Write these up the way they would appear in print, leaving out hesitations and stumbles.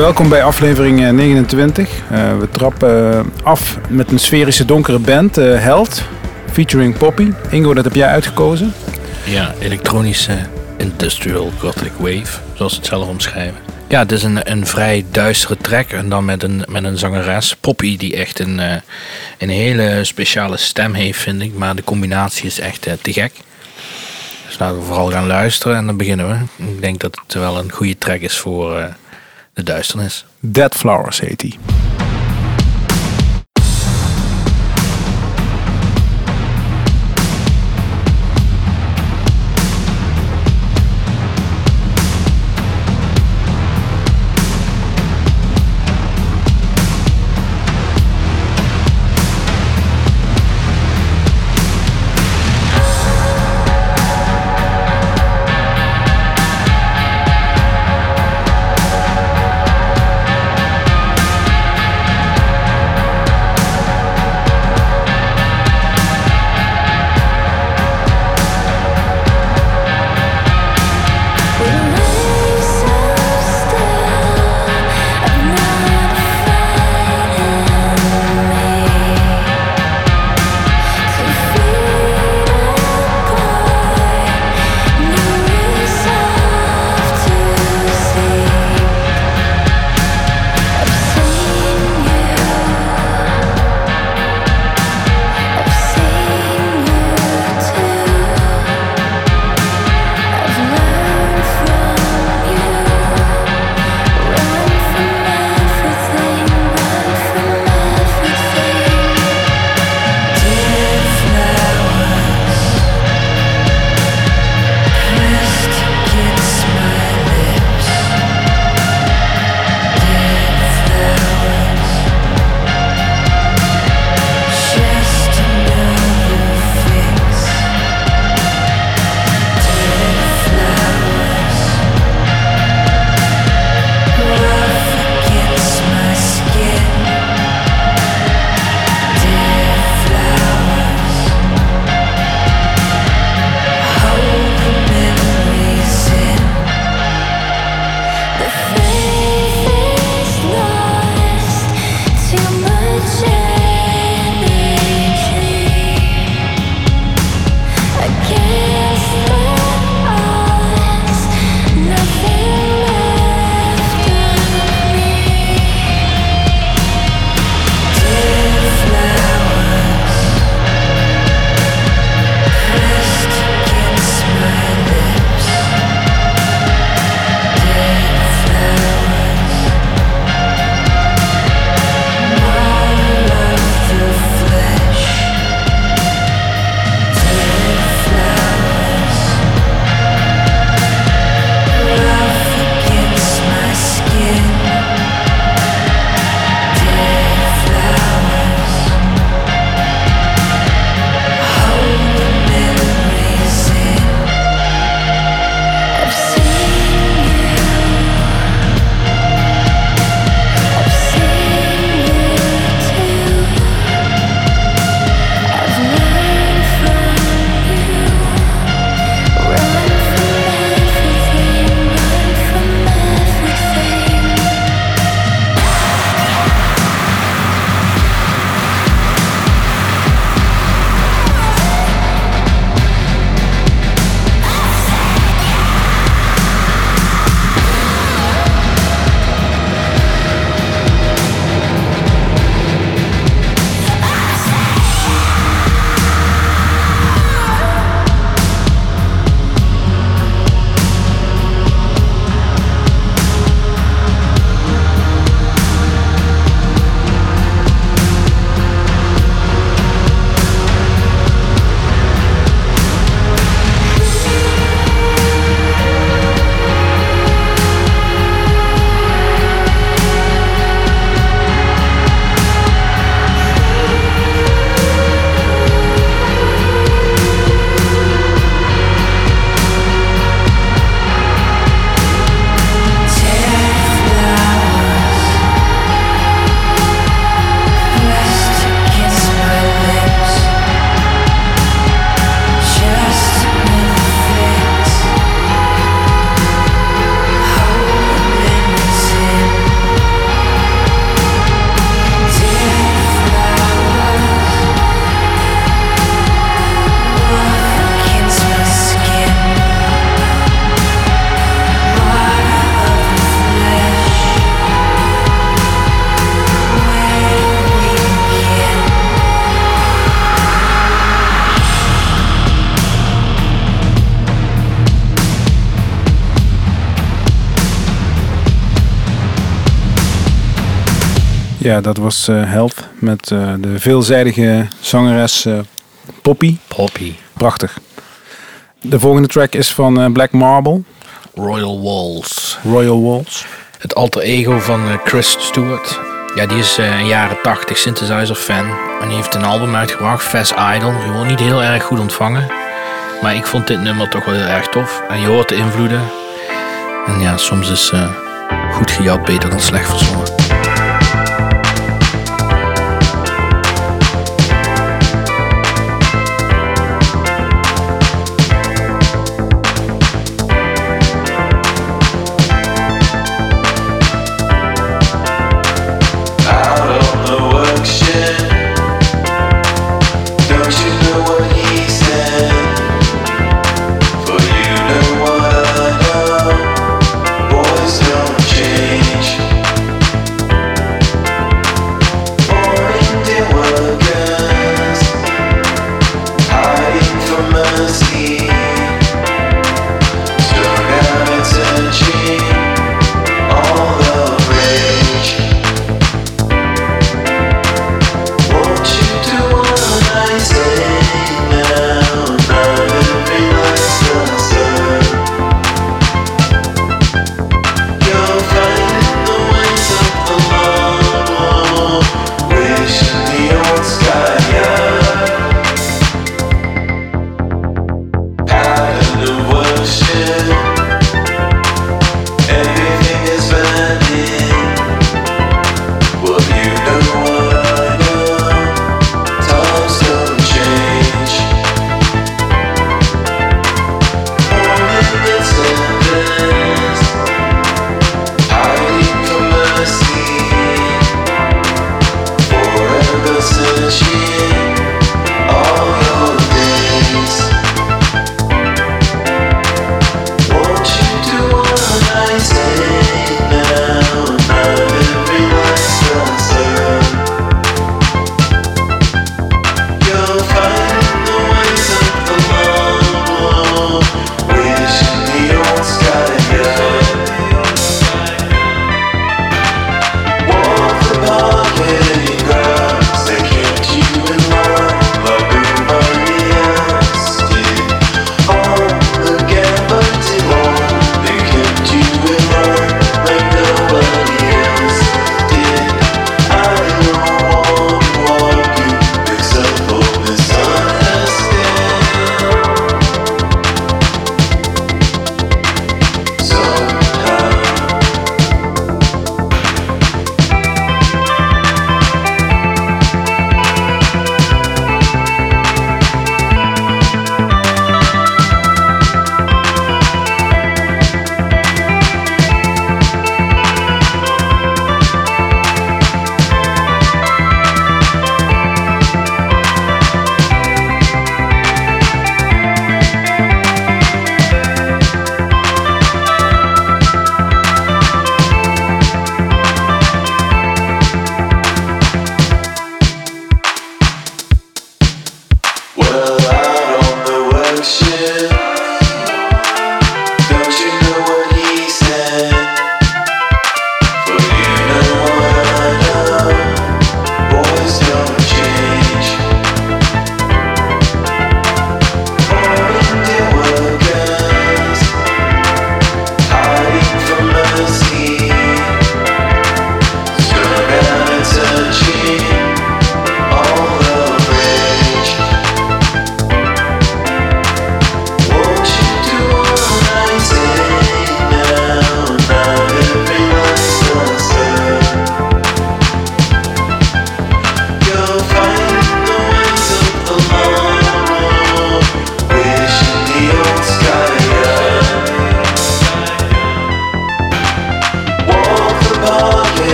Welkom bij aflevering 29. We trappen af met een sferische donkere band, Held, featuring Poppy. Ingo, dat heb jij uitgekozen? Ja, elektronische industrial gothic wave, zoals ze het zelf omschrijven. Ja, het is een vrij duistere track en dan met een zangeres, Poppy, die echt een hele speciale stem heeft, vind ik. Maar de combinatie is echt te gek. Dus laten we vooral gaan luisteren en dan beginnen we. Ik denk dat het wel een goede track is voor de duisternis. Dead Flowers heet die. Ja, dat was Health met de veelzijdige zangeres Poppy. Poppy. Prachtig. De volgende track is van Black Marble. Royal Walls. Royal Walls. Het alter ego van Chris Stewart. Ja, die is een jaren 80 synthesizer fan. En die heeft een album uitgebracht, Fast Idol. Die wordt niet heel erg goed ontvangen. Maar ik vond dit nummer toch wel heel erg tof. En je hoort de invloeden. En ja, soms is goed gejat beter dan slecht verzonnen.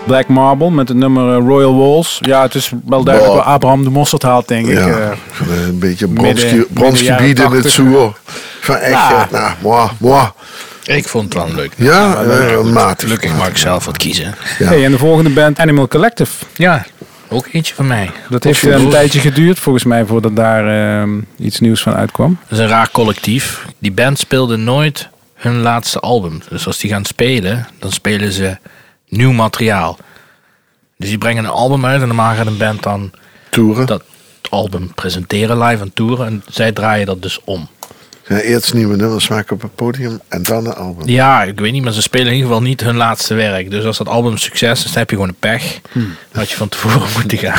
Black Marble met het nummer Royal Walls. Ja, het is wel duidelijk waar Abraham de Mosterd haalt, denk ik. Een beetje bronsgebied in het zoer. Van echt, moi. Ik vond het wel leuk. Ja, matig. Gelukkig mag ik zelf wat kiezen. Ja. Hey, en de volgende band, Animal Collective. Ja, ook eentje van mij. Dat heeft een tijdje geduurd, volgens mij, voordat daar iets nieuws van uitkwam. Dat is een raar collectief. Die band speelde nooit hun laatste album. Dus als die gaan spelen, dan spelen ze nieuw materiaal. Dus die brengen een album uit en normaal gaat een band dan Toeren. dat album presenteren live en toeren. En zij draaien dat dus om. Ja, eerst nieuwe nummers maken op het podium en dan een album. Ja, ik weet niet, maar ze spelen in ieder geval niet hun laatste werk. Dus als dat album succes is, dan heb je gewoon een pech. Dan had je van tevoren moeten gaan.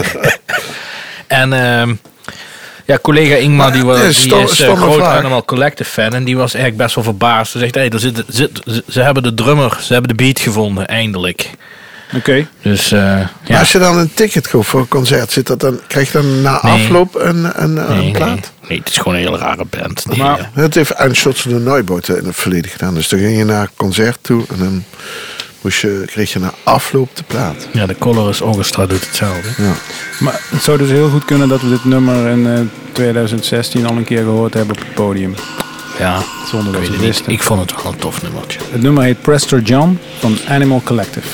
En collega Ingmar, die is groot Animal Collective fan. En die was eigenlijk best wel verbaasd. Ze zegt, hey, ze hebben de drummer, ze hebben de beat gevonden, eindelijk. Oké. Dus, Maar als je dan een ticket koopt voor een concert, krijg je dan na afloop een plaat? Nee, het is gewoon een hele rare band. Maar Het heeft Einschots de Neuboot in het verleden gedaan. Dus dan ging je naar een concert toe en dan kreeg je na afloop de plaat. Ja, de Color Orchestra doet hetzelfde. Ja. Maar het zou dus heel goed kunnen dat we dit nummer in 2016 al een keer gehoord hebben op het podium. Ja, Zonder dat we het niet. wisten. Ik vond het wel een tof nummertje. Het nummer heet Prester John van Animal Collective.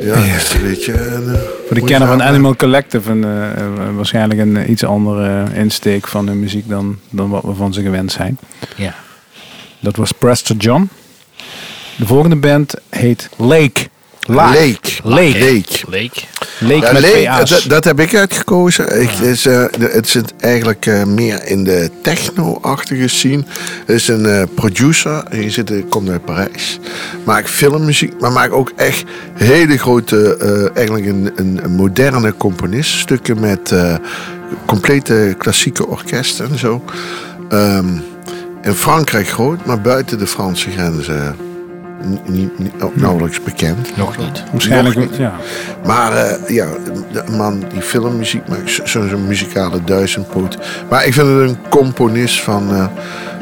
Ja, dat is een beetje... Voor de kenner van Animal Collective waarschijnlijk een iets andere insteek van hun muziek dan wat we van ze gewend zijn. Ja. Dat was Prester John. De volgende band heet Lake. Lake. Lake Ja, met twee Lake, A's. dat heb ik uitgekozen. Het zit eigenlijk meer in de techno-achtige scene. Het is een producer. Hij komt uit Parijs. Maakt filmmuziek, maar maakt ook echt hele grote, eigenlijk een moderne componist. Stukken met complete klassieke orkesten en zo. In Frankrijk groot, maar buiten de Franse grenzen nauwelijks bekend. Nog niet. Waarschijnlijk Nog niet. ja. Maar de man die filmmuziek maakt, zo'n muzikale duizendpoot. Maar ik vind het een componist van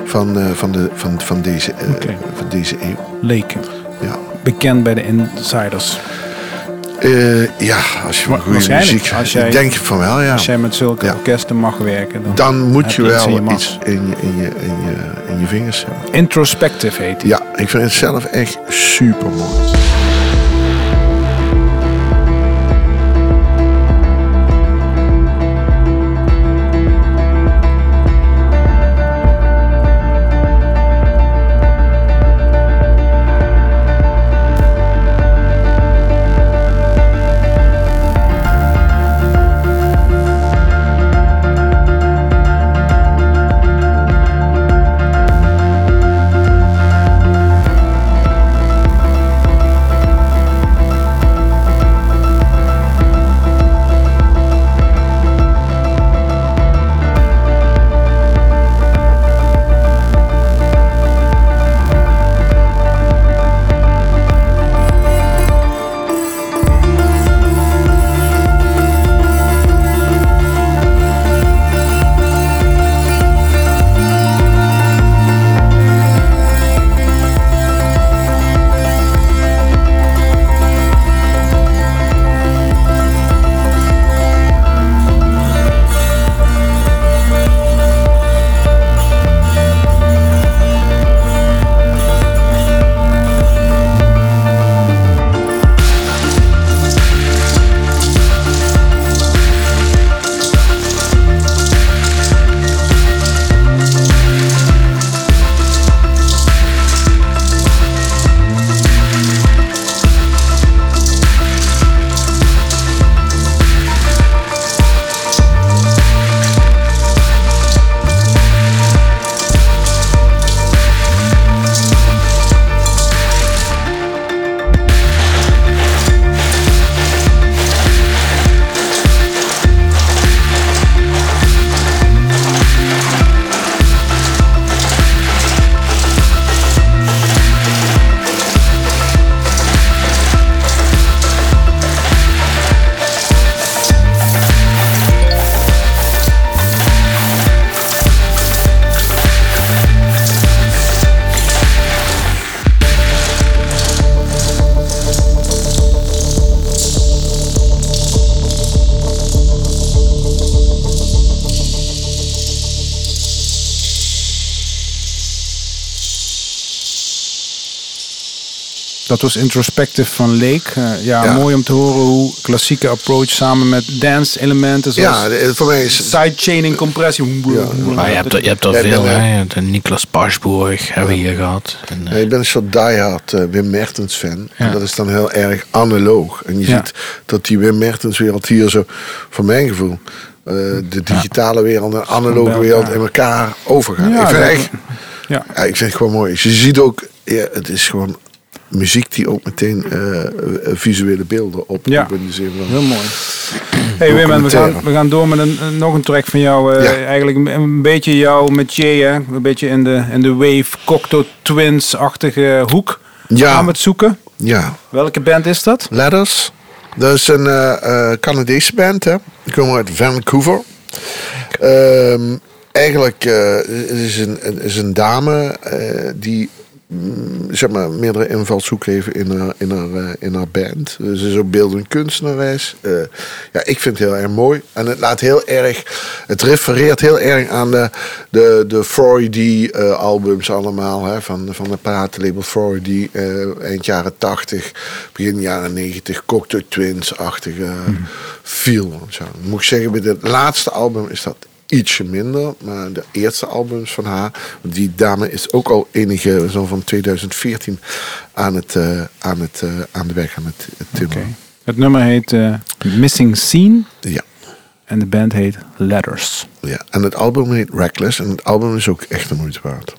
deze eeuw. Lake. Ja. Bekend bij de insiders. Ja, als je met goede Waarschijnlijk, muziek... als jij- ik denk van wel, ja. Als jij met zulke Ja. orkesten mag werken, Dan moet heb je iets in je wel mars. iets in je vingers hebben. Introspective heet die. Ja, ik vind het zelf echt super mooi. Dat was Introspective van Lake. Ja. Mooi om te horen hoe klassieke approach samen met dance elementen zoals Voor mij is... sidechaining, compressie. Maar je hebt er Ja, veel, ja. hè. De Niklas Parsburg hebben we hier gehad. En, Ik ben een soort diehard Wim Mertens fan. Ja. En dat is dan heel erg analoog. En je Ja. ziet dat die Wim Mertens wereld hier zo, voor mijn gevoel, de digitale wereld en de analoge Bij wereld elkaar. in elkaar overgaan. Ja, ik vind dat- echt, Ja. ja, ik vind het gewoon mooi. Dus je ziet ook, het is gewoon muziek die ook meteen visuele beelden oproepen. Ja. In de zin van, Heel mooi. Hey Wim, en we gaan door met nog een track van jou. Ja. Eigenlijk een beetje jouw metier, hè? Een beetje in de Wave Cocteau Twins-achtige hoek. Ja. Gaan we het zoeken. Ja. Welke band is dat? Ladders. Dat is een Canadese band. Hè. Die komen uit Vancouver. Eigenlijk is een dame die zeg maar, meerdere invalshoeken heeft in haar band. Ze is ook beeldend kunstenares. Ja, ik vind het heel erg mooi. En het refereert heel erg aan de 4D albums allemaal. Hè, van de platenlabel 4D. Eind jaren 80, begin jaren 90. Cocteau Twins-achtige feel. Zo. Moet ik zeggen, bij het laatste album is dat ietsje minder, maar de eerste albums van haar, die dame is ook al enige, zo van 2014 aan de weg aan het timmeren. Okay. Het nummer heet Missing Scene. Ja. En de band heet Letters. Ja, en het album heet Reckless en het album is ook echt de moeite waard.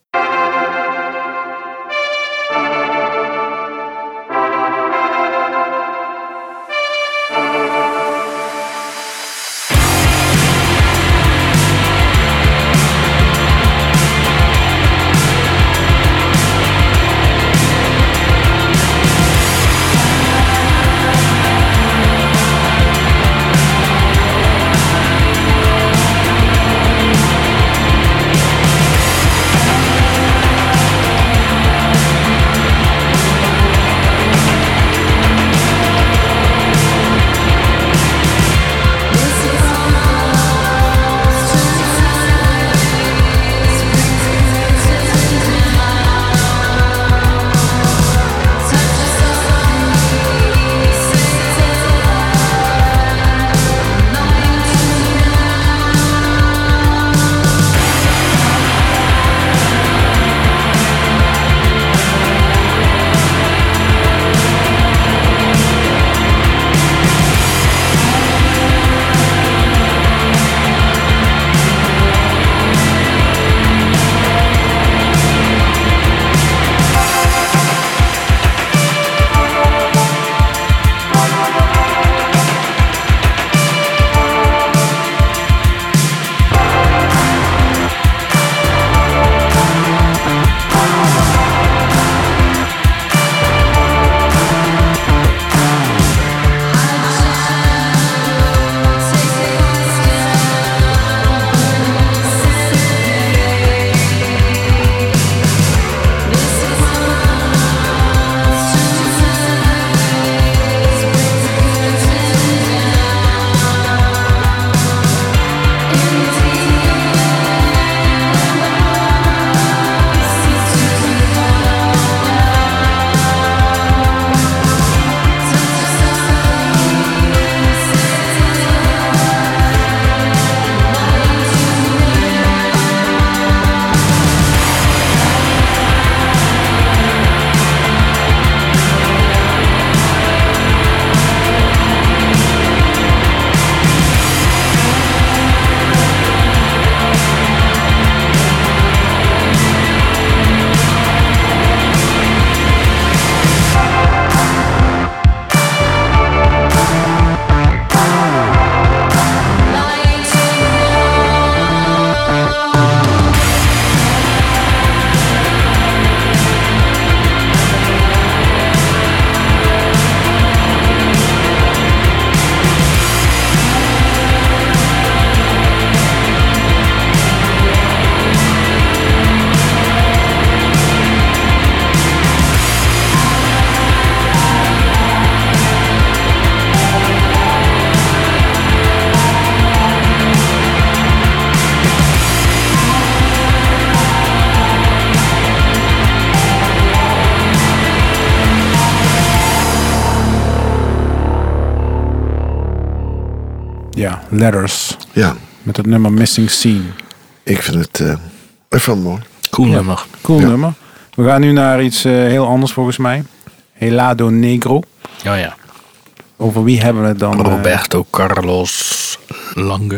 Ja, Letters. Ja. Met het nummer Missing Scene. Ik vind het mooi. Cool nummer. Cool nummer. We gaan nu naar iets heel anders volgens mij. Helado Negro. Ja, ja. Over wie hebben we het dan? Roberto Carlos Lange.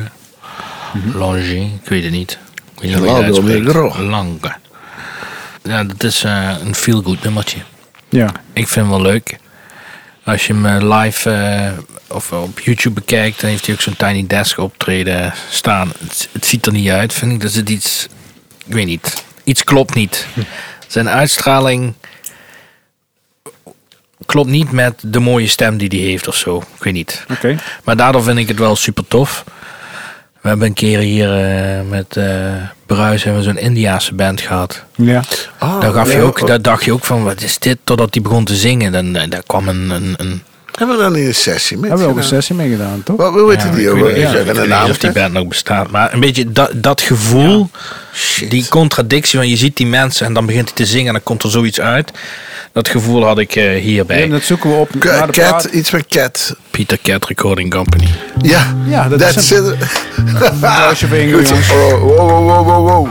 Lange, ik weet het niet. Ik weet niet hoe je het Helado uitspreekt. Negro. Lange. Ja, dat is een feel-good nummertje. Ja. Ik vind hem wel leuk. Als je hem live of op YouTube bekijkt, dan heeft hij ook zo'n Tiny Desk optreden staan. Het ziet er niet uit, vind ik. Dat is het iets, ik weet niet. Iets klopt niet. Zijn uitstraling klopt niet met de mooie stem die hij heeft of zo. Ik weet niet. Oké. Maar daardoor vind ik het wel super tof. We hebben een keer hier met Bruis hebben we zo'n Indiaanse band gehad. Ja. Daar dacht je ook van, wat is dit? Totdat die begon te zingen. Daar kwam een Hebben we dan niet een sessie mee? Hebben we ook een sessie mee gedaan, toch? Wat wil je die over? Ik weet niet of die band nog bestaat. Maar een beetje dat gevoel, die contradictie van je ziet die mensen en dan begint hij te zingen en dan komt er zoiets uit. Dat gevoel had ik hierbij. Ja, dat zoeken we op. Cat, iets met Cat. Peter Cat Recording Company. Ja, dat is het. Applausje voor Ingo, jongens. Wow.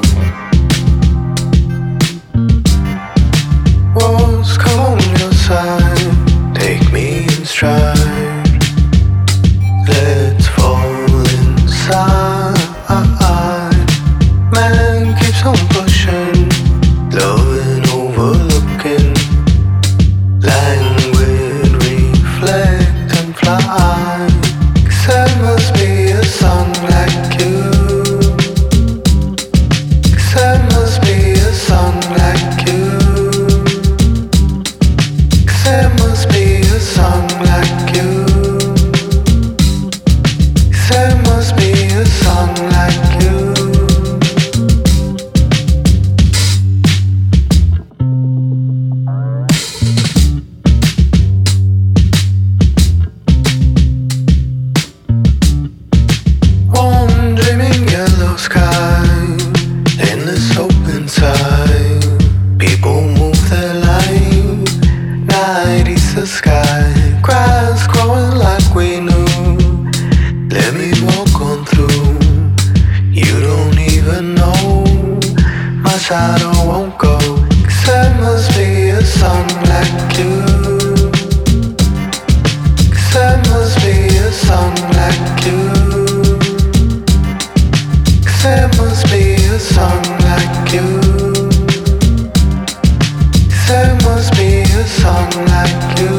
Walls come on your side, take me in stride. Let's fall inside. Man keeps on pushing, loving, overlooking. Languid, reflect and fly. 'Cause there must be a song like you. 'Cause there must be a song like you. There must be a song like you. There must be a song like you. One dreaming yellow sky in this open side. People move their life. Night is the sky, grass growing like we knew. Let me walk on through. You don't even know. My shadow won't go. 'Cause there must be a song like you. 'Cause there must be a song like you. 'Cause there must be a song like you. There must be a song like you.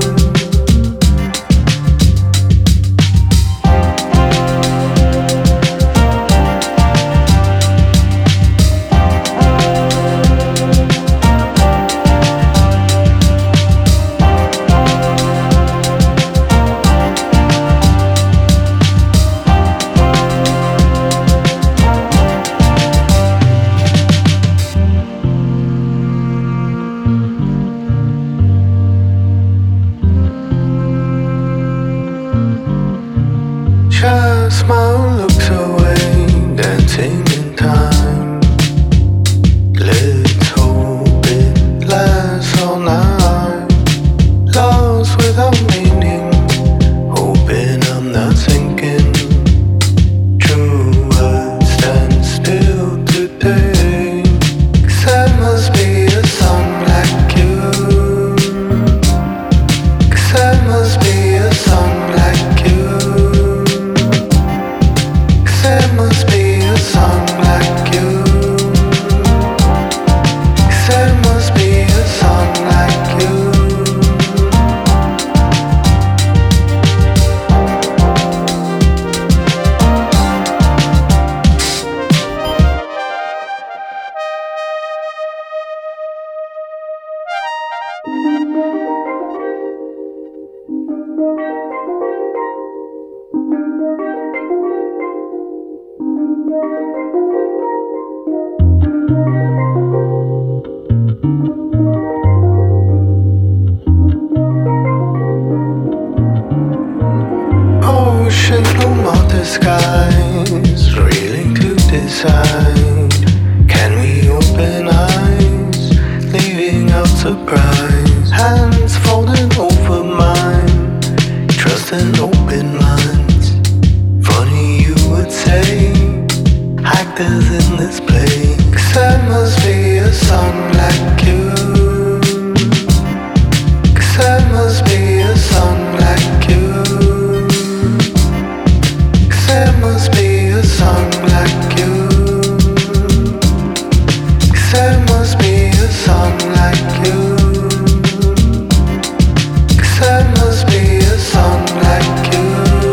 Just smile, looks away, dancing in time. Let's hope it lasts all night. Lost without meaning, hoping I'm not sinking. True words stand still today. 'Cause there must be a song like you. 'Cause there must be a song like you. There must be a song like you. There must be a song like you. Oceans bloom out the skies, reeling to decide. Can we open eyes, leaving out surprise? Hands folded over mine, trust and open minds. Funny you would say, actors in this play. 'Cause there must be a song like you. 'Cause there must be a song like you. There must be a song like you. 'Cause there must be a song like you. 'Cause there must be a song like you.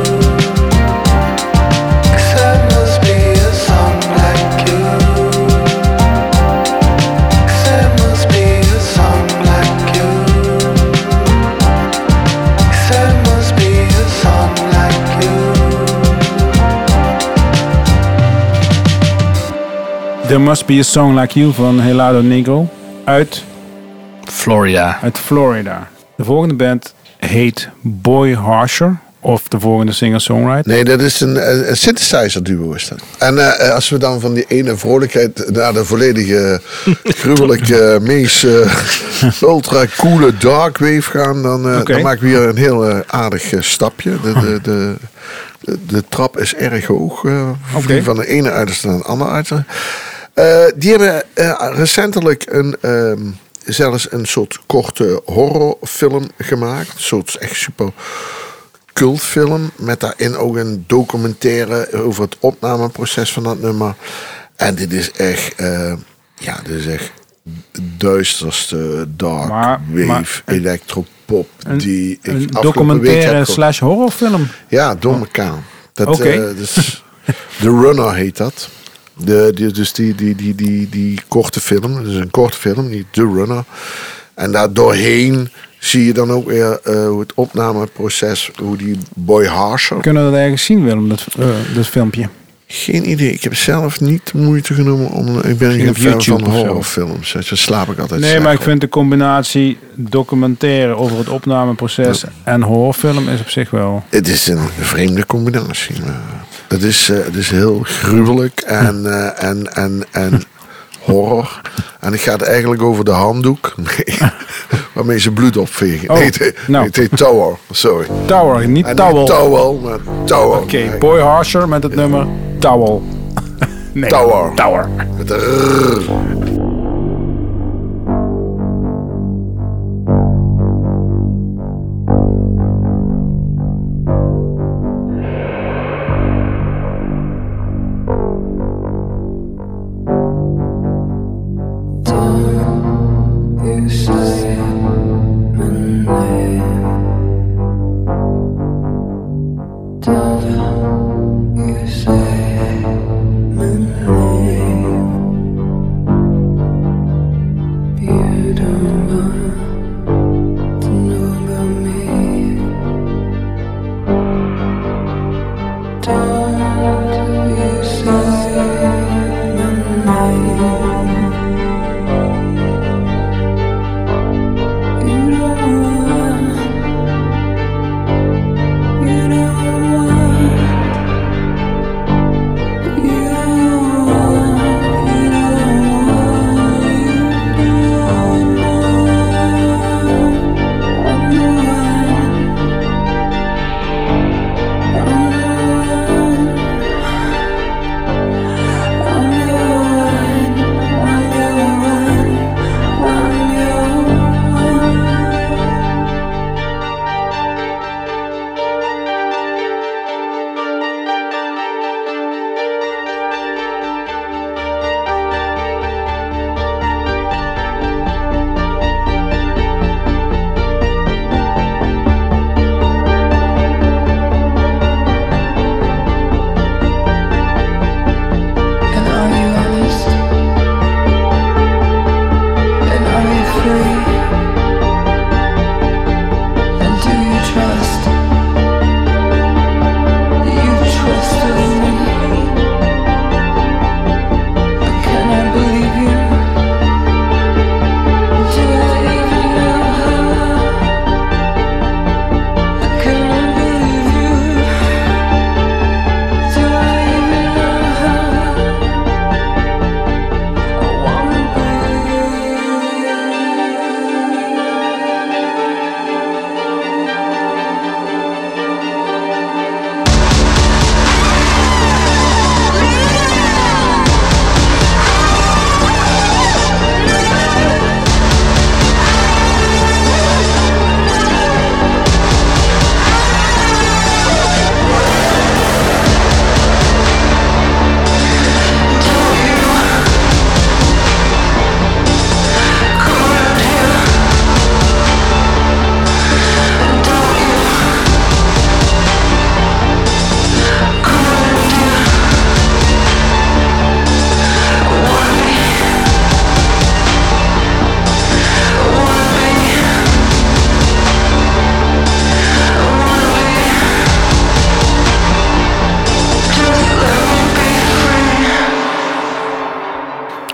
There Must Be a Song Like You van Helado Negro uit Florida. Florida. De volgende band heet Boy Harsher. Of de volgende singer-songwriter. Nee, dat is een synthesizer duo is dat. En als we dan van die ene vrolijkheid naar de volledige gruwelijke, meest ultra coole dark wave gaan, dan maken we hier een heel aardig stapje. De trap is erg hoog. Van de ene uiterste naar de andere uiterste. Die hebben recentelijk zelfs een soort korte horrorfilm gemaakt. Een soort echt super cultfilm. Met daarin ook een documentaire over het opnameproces van dat nummer. En dit is echt, dit is echt de duisterste dark wave electropop die ik een documentaire / horrorfilm? Ja, door elkaar. Dus The Runner heet dat. Die korte film. Dus een korte film, niet The Runner. En daar doorheen zie je dan ook weer hoe het opnameproces, hoe die Boy Harsher. Kunnen we dat ergens zien, Willem, dat filmpje? Geen idee. Ik heb zelf niet moeite genomen ik ben geen fan van horrorfilms. Daar slaap ik altijd. Nee, maar ik vind de combinatie documentaire over het opnameproces en horrorfilm is op zich wel. Het is een vreemde combinatie. Het is heel gruwelijk en horror. En het gaat eigenlijk over de handdoek waarmee ze bloed opvegen. Oh, het heet Tower. Sorry. Tower, niet en Towel. Niet Towel, maar Tower. Oké, Boy Harsher met het nummer Towel. Nee, Tower. Tower. Met de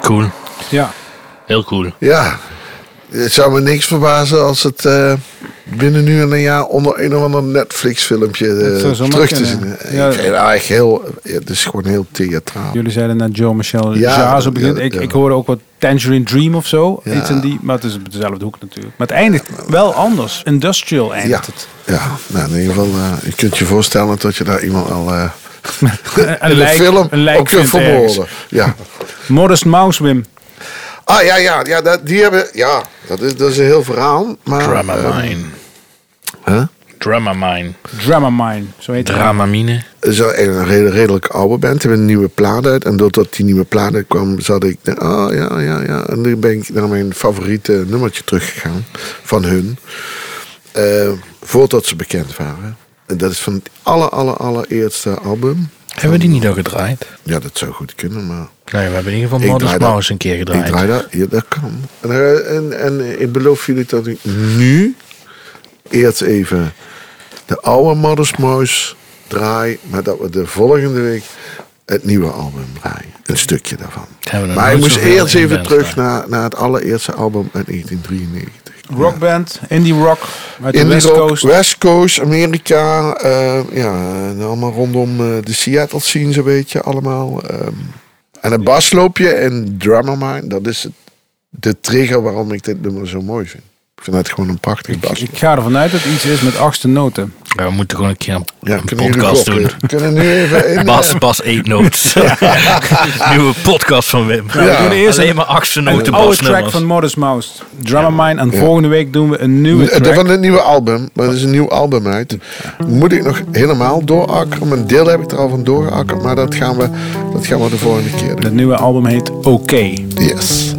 Cool. Ja. Heel cool. Ja, het zou me niks verbazen als het binnen nu en een jaar onder een of ander Netflix-filmpje Dat zou zomaar terug te kunnen. zien. Ja. Ik vind het eigenlijk heel, het is gewoon heel theatraal. Jullie zeiden net Joe Michel Ja, Jarre zo begint. ja, Ik ja. hoorde ook wat Tangerine Dream of zo. Ja. Iets in die, maar het is op dezelfde hoek natuurlijk. Maar het eindigt wel anders. Industrial Ja, eindigt het. ja. Nou, in ieder geval, je kunt je voorstellen dat je daar iemand al Een in de lijk- film een lijk ook kunt vindt ergens. vermoorden. Ja. Modest Mouse, Wim. Ah, ja, die hebben, ja, dat is een heel verhaal. Maar, Dramamine. huh? Dramamine. Dramamine, zo heet het. Dramamine. Het is een redelijke oude band. Ze hebben een nieuwe plaat uit. En doordat die nieuwe plaat uitkwam, zat ik... ja. En nu ben ik naar mijn favoriete nummertje teruggegaan. Van hun. Voordat ze bekend waren. En dat is van het allereerste album. Hebben we die niet al gedraaid? Ja, dat zou goed kunnen, maar... Nee, we hebben in ieder geval Ik Modest draai dat- Mouse een keer Ik gedraaid. draai dat. Ja, dat kan. En ik beloof jullie dat ik nu... Eerst even de oude Modest Mouse draai. Maar dat we de volgende week het nieuwe album draaien. Een stukje daarvan. Hebben we nog Maar ik nooit moest zoveel eerst in even band terug gedaan. naar het allereerste album uit 1993. Rockband, indie rock uit de In West Coast. West Coast, Amerika. En allemaal rondom de Seattle scene zo'n beetje allemaal. En een basloopje en Dramamine. Dat is de trigger waarom ik dit nummer zo mooi vind. Ik vind het gewoon een prachtig basloopje. Ik ga ervan uit dat het iets is met 8e noten. Ja, we moeten gewoon een keer Ja, een kunnen jullie podcast doen. kloppen? We kunnen nu even in... Bas 8 notes. Nieuwe podcast van Wim. Nou, we doen eerst Alleen maar 8e een noten oude track basnummers. van Modest Mouse. Dramamine. En volgende week doen we een nieuwe track. Van het nieuwe album. Maar er is een nieuw album uit. Moet ik nog helemaal doorakkeren. Een deel heb ik er al van doorgeakkerd. Maar dat gaan we de volgende keer doen. Het nieuwe album heet OK. Yes.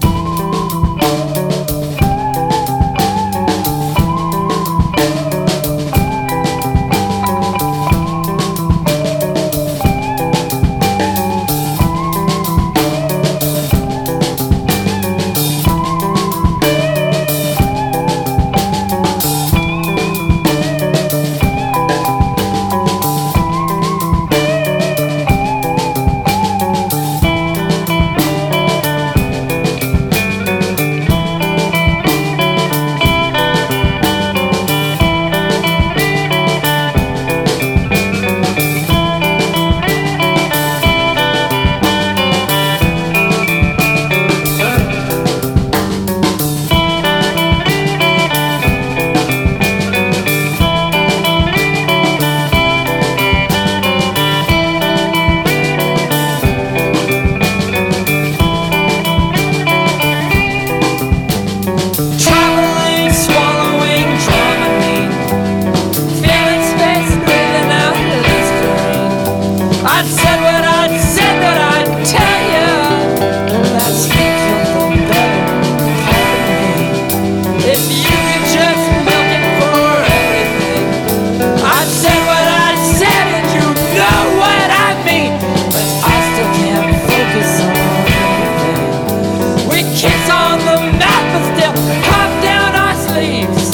Traveling, swallowing, Dramamine, feeling space, breathing out Listerine. I said what I said that I'd tell you. That's something better part of me. If you could just milk it for everything. I said what I said and you know what I mean. But I still can't focus on anything. We kiss on the mouth but still pop down our sleeves.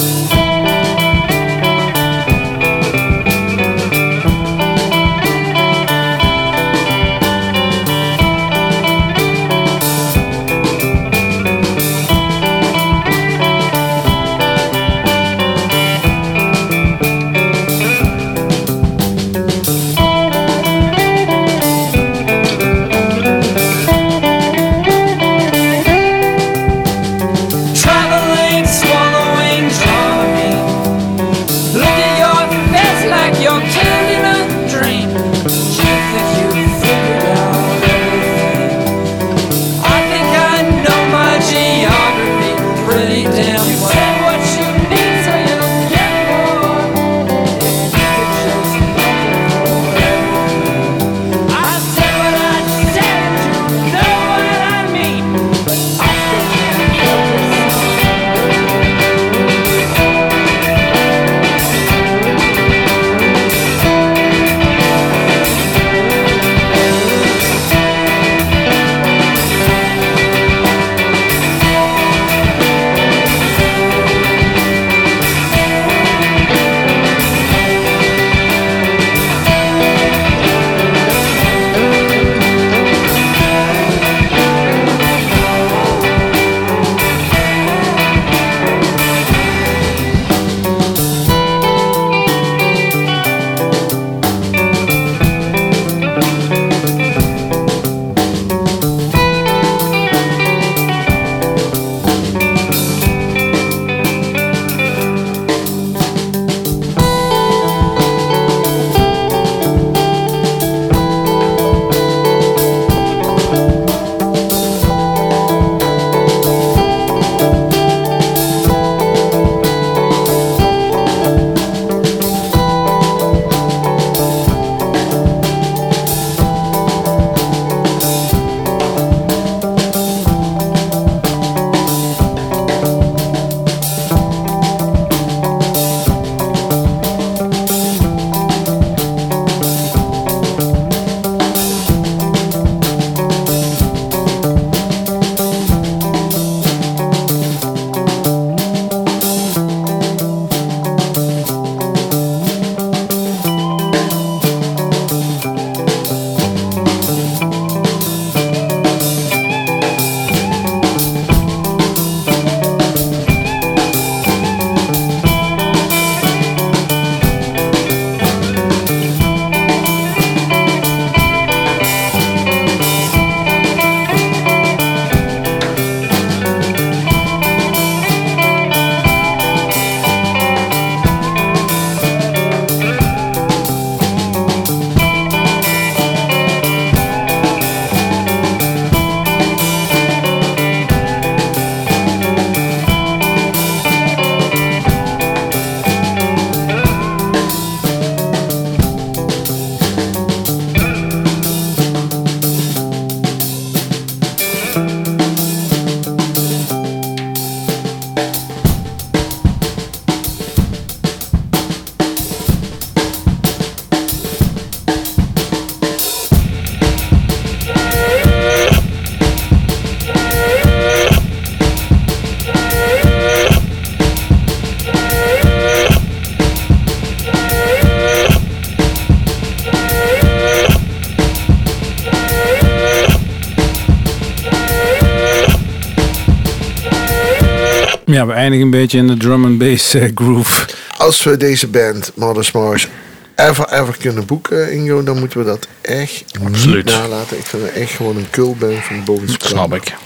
Ja, we eindigen een beetje in de drum and bass groove. Als we deze band, Mother's Mars, ever kunnen boeken, Ingo, dan moeten we dat echt Absoluut. niet nalaten. Ik vind het echt gewoon een cultband van de bovenste plank. Snap ik.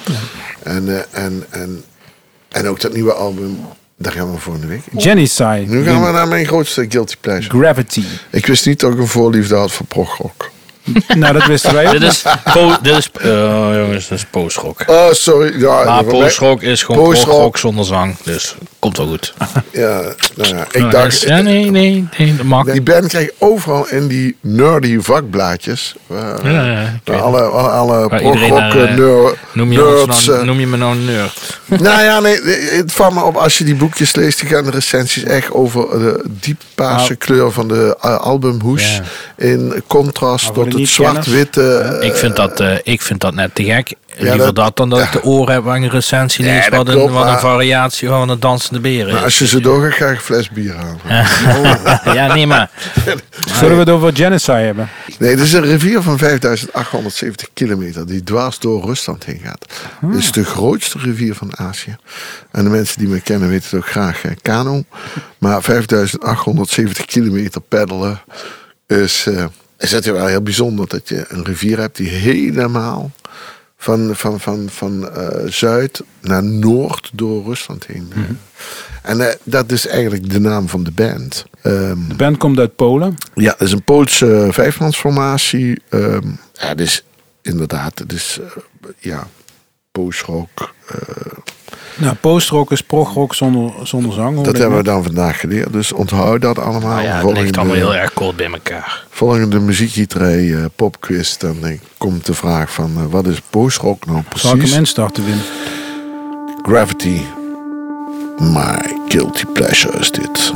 En ook dat nieuwe album, daar gaan we volgende week. Genocide. Nu gaan we naar mijn grootste guilty pleasure. Gravity. Ik wist niet dat ik een voorliefde had voor progrock. Nou, dat wisten wij ook. Jongens, dit is postrock. Oh, sorry. Ja, Maar voor mij- postrock is gewoon Postrock. progrock zonder zang. Dus komt wel goed. Ja, nou ja, ik dacht... Ja, nee, dat mag. Die band krijgt overal in die nerdy vakblaadjes. Waar, Ja, ik weet waar alle Waar iedereen progrock noem je me nou een nerd? Nou ja, nee, het valt me op als je die boekjes leest, die gaan de recensies echt over de dieppaarse kleur van de albumhoes. Ja. In contrast Maar voor tot de het niet-kenners? zwart-witte. Ik vind dat net te gek. Liever dat- dat dan dat ik de oren heb waar een recensie Ja, lees. dat Wat klopt, een maar- variatie van een dansende beren Maar is. als je ze doorgaat, ga ik een fles bier halen. Ja, nee, maar Zullen we het over Genocide hebben? Nee, het is een rivier van 5870 kilometer die dwars door Rusland heen gaat. Het is de grootste rivier van Azië. En de mensen die me kennen weten het ook graag, kano. Maar 5870 kilometer peddelen is het wel heel bijzonder dat je een rivier hebt die helemaal van zuid naar noord door Rusland heen. En dat is eigenlijk de naam van de band. De band komt uit Polen. Ja, het is een Poolse vijfmansformatie. Ja, het is inderdaad, postrock. Nou, postrock is progrock zonder zang. hoor Dat ik hebben we net. dan vandaag geleerd. Dus onthoud dat allemaal. nou ja, het ligt allemaal heel erg kort bij elkaar. Volgende muziekgitarij popquiz, dan komt de vraag van wat is postrock nou Zal ik hem precies? instarten, Wim? Gravity. My guilty pleasure is dit.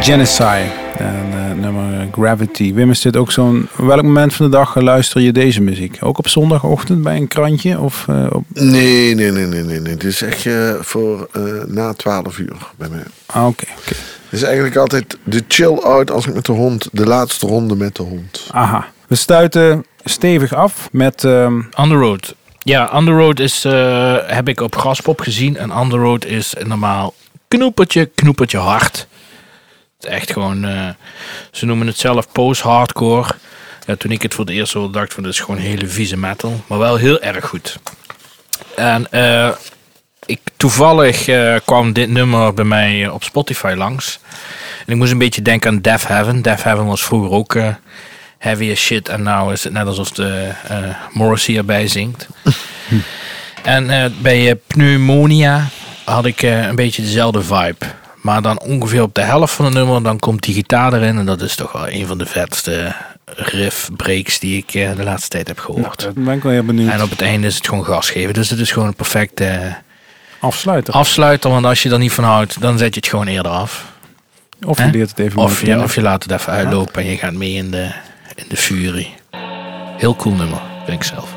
Genocide. En nummer Gravity. Wim, is dit ook zo'n... Welk moment van de dag luister je deze muziek? Ook op zondagochtend bij een krantje? Of, Nee. Het is echt voor na 12 uur bij mij. Ah, oké. Het is eigenlijk altijd de chill-out als ik met de hond... De laatste ronde met de hond. Aha. We stuiten stevig af met... On the Road. Ja, On the Road is, heb ik op Graspop gezien. En On the Road is normaal knoepertje hard. Het is echt gewoon... ze noemen het zelf post-hardcore. Ja, toen ik het voor het eerst hoorde, dacht ik van, dit is gewoon hele vieze metal. Maar wel heel erg goed. En toevallig kwam dit nummer bij mij op Spotify langs. En ik moest een beetje denken aan Death Heaven. Death Heaven was vroeger ook heavy as shit. En nou is het net alsof de Morrissey erbij zingt. En bij Pneumonia had ik een beetje dezelfde vibe. Maar dan ongeveer op de helft van het nummer, dan komt die gitaar erin. En dat is toch wel een van de vetste riff breaks die ik de laatste tijd heb gehoord. Nou, dat ben ik wel heel benieuwd. En op het einde is het gewoon gas geven. Dus het is gewoon een perfecte afsluiter. Want als je er niet van houdt, dan zet je het gewoon eerder af. Of je leert het even of je laat het even uitlopen en je gaat mee in de furie. Heel cool nummer, vind ik zelf.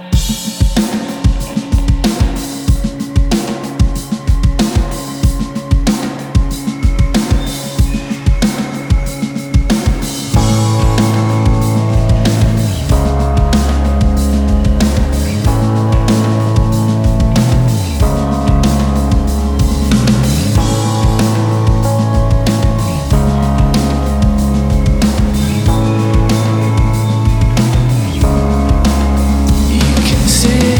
You can see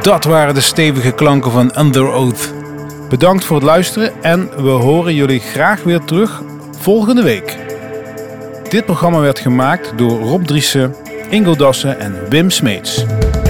Dat waren de stevige klanken van Under Oath. Bedankt voor het luisteren en we horen jullie graag weer terug volgende week. Dit programma werd gemaakt door Rob Driessen, Ingo Dassen en Wim Smeets.